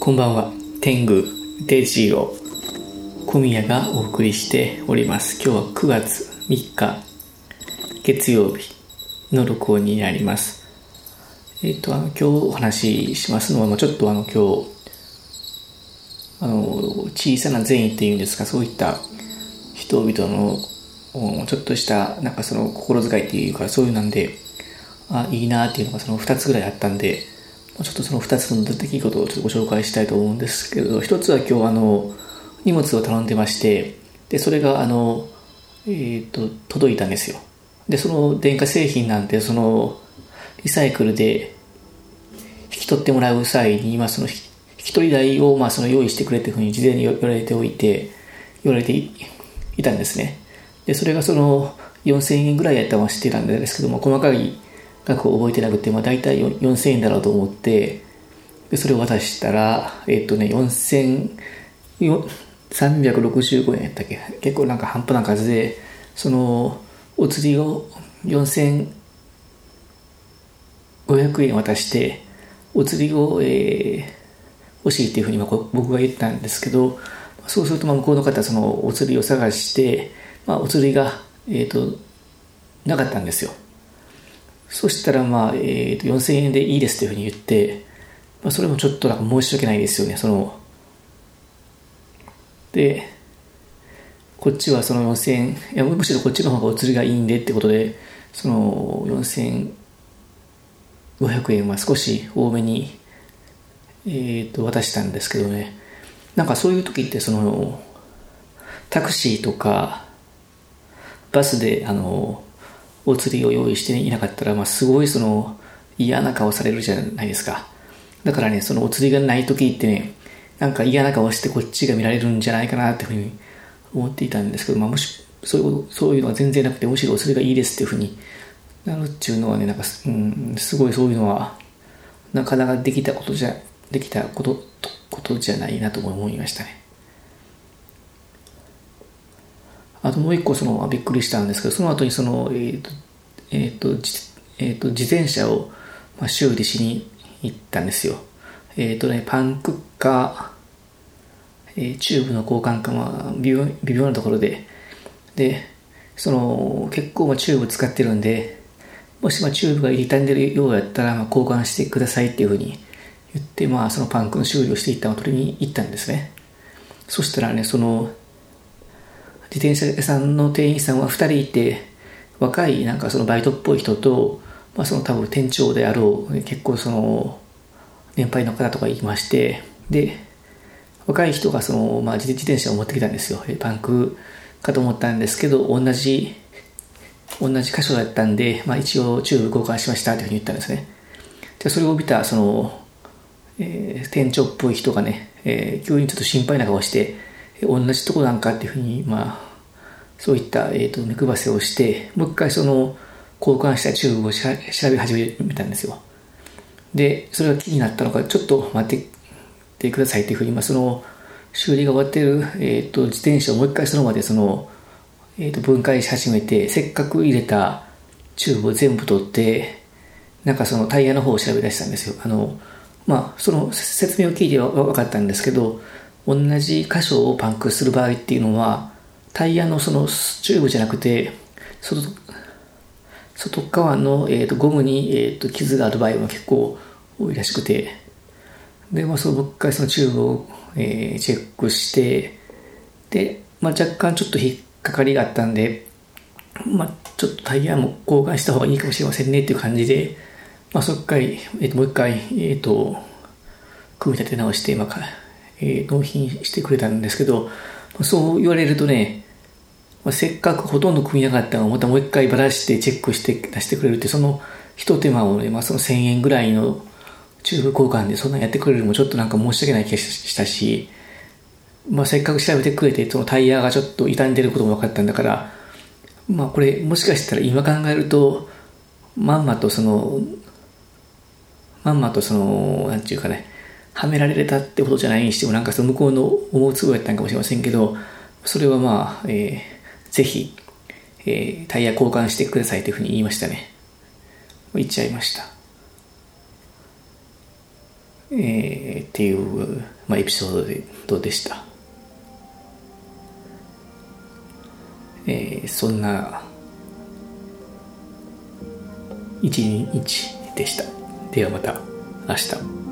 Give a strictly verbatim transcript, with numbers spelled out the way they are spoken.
こんばんは。天狗デジロ小宮がお送りしております。今日はくがつみっか月曜日の録音になります。えっ、とあの今日お話ししますのはちょっとあの今日あの小さな善意っていうんですか、そういった人々のちょっとしたなんかその心遣いっていうか、そういうなんであいいなっていうのがそのふたつぐらいあったんで、ちょっとそのふたつの出来事をちょっとご紹介したいと思うんですけど、ひとつは今日あの荷物を頼んでまして、でそれがあの、えー、と届いたんですよ。でその電化製品なんてそのリサイクルで引き取ってもらう際に、まあ、その引き取り代をまあその用意してくれというふうに事前に言われておいて言われて い, いたんですね。でそれがそのよんせんえんぐらいやったのは知ってたんですけども、細かい額を覚えてなくて、まあ、大体よんせんえんだろうと思って、でそれを渡したら、えっとね、よんせんさんびゃくろくじゅうごえんやったっけ、結構なんか半端な数で、そのお釣りをよんせんごひゃくえん渡して、お釣りを、えー、欲しいっていうふうに僕が言ったんですけど、そうするとまあ向こうの方はそのお釣りを探して、まあ、お釣りが、えーと、なかったんですよ。そしたら、まあえー、とよんせんえんでいいですというふうに言って、まあ、それもちょっとなんか申し訳ないですよね。そのでこっちはそのよんせんえん、いやむしろこっちの方がお釣りがいいんでってことで、そのよんせんごひゃくえんは少し多めに、えー、と渡したんですけどね。なんかそういう時ってそのタクシーとかバスであのお釣りを用意していなかったら、まあ、すごいその嫌な顔されるじゃないですか。だからね、そのお釣りがない時ってね、なんか嫌な顔してこっちが見られるんじゃないかなっていうふうに思っていたんですけど、まあ、もしそういうことそういうのは全然なくて、むしろお釣りがいいですっていうふうになるっていうのはね、なんか、うん、すごいそういうのはなかなかできたことじゃできたことことじゃないなと思いましたね。あともう一個そのびっくりしたんですけど、その後にその、えーとえーとえーと自転車をまあ修理しに行ったんですよ。えっ、ー、とねパンクか、えー、チューブの交換か、まあ、微妙、微妙なところででその結構まあチューブ使ってるんで、もしまあチューブが傷んでるようやったらまあ交換してくださいっていうふうに言って、まあ、そのパンクの修理をしていったのを取りに行ったんですね。そしたらね、その自転車屋さんの店員さんはふたりいて、若いなんかそのバイトっぽい人と、まあ、その多分店長であろう結構その年配の方とかいまして、で若い人がその、まあ、自転車を持ってきたんですよ。パンクかと思ったんですけど、同じ同じ箇所だったんで、まあ、一応チューブ交換しましたというふうに言ったんですね。でそれを見たその、えー、店長っぽい人がね、えー、急にちょっと心配な顔して、同じとこなんかっていうふうに、まあそういった、えー、と目配せをして、もう一回その交換したチューブを調べ始めたんですよ。でそれが気になったのか、ちょっと待っててくださいっていうふうに、まあ、その修理が終わっている、えー、と自転車をもう一回その場でその、えー、と分解し始めて、せっかく入れたチューブを全部取って、なんかそのタイヤの方を調べ出したんですよ。あのまあその説明を聞いて分かったんですけど、同じ箇所をパンクする場合っていうのは、タイヤのそのチューブじゃなくて 外, 外側の、えー、とゴムに、えー、と傷がある場合も結構多いらしくて、で、まあ、そのもう一回そのチューブを、えー、チェックして、で、まあ、若干ちょっと引っかかりがあったんで、まあ、ちょっとタイヤも交換した方がいいかもしれませんねっていう感じで、まあ、その回、えー、ともう一回、えー、と組み立て直して、まあえー、納品してくれたんですけど、そう言われるとね、まあ、せっかくほとんど組みなかったのをまたもう一回ばらしてチェックして出してくれるって、その一手間をね、まあ、そのせんえんぐらいのチューブ交換でそんなやってくれるのもちょっとなんか申し訳ない気がしたし、まあ、せっかく調べてくれてそのタイヤがちょっと傷んでることも分かったんだから、まあこれもしかしたら今考えるとまんまとそのまんまとそのなんていうかね、はめられたってことじゃないにしても、なんかその向こうの思うつぼやったんかもしれませんけど、それはまあ、えー、ぜひ、えー、タイヤ交換してくださいというふうに言いましたね。言っちゃいました。 えー、っていう、まあ、エピソードでどうでした。えー、そんな一日でした。ではまた明日。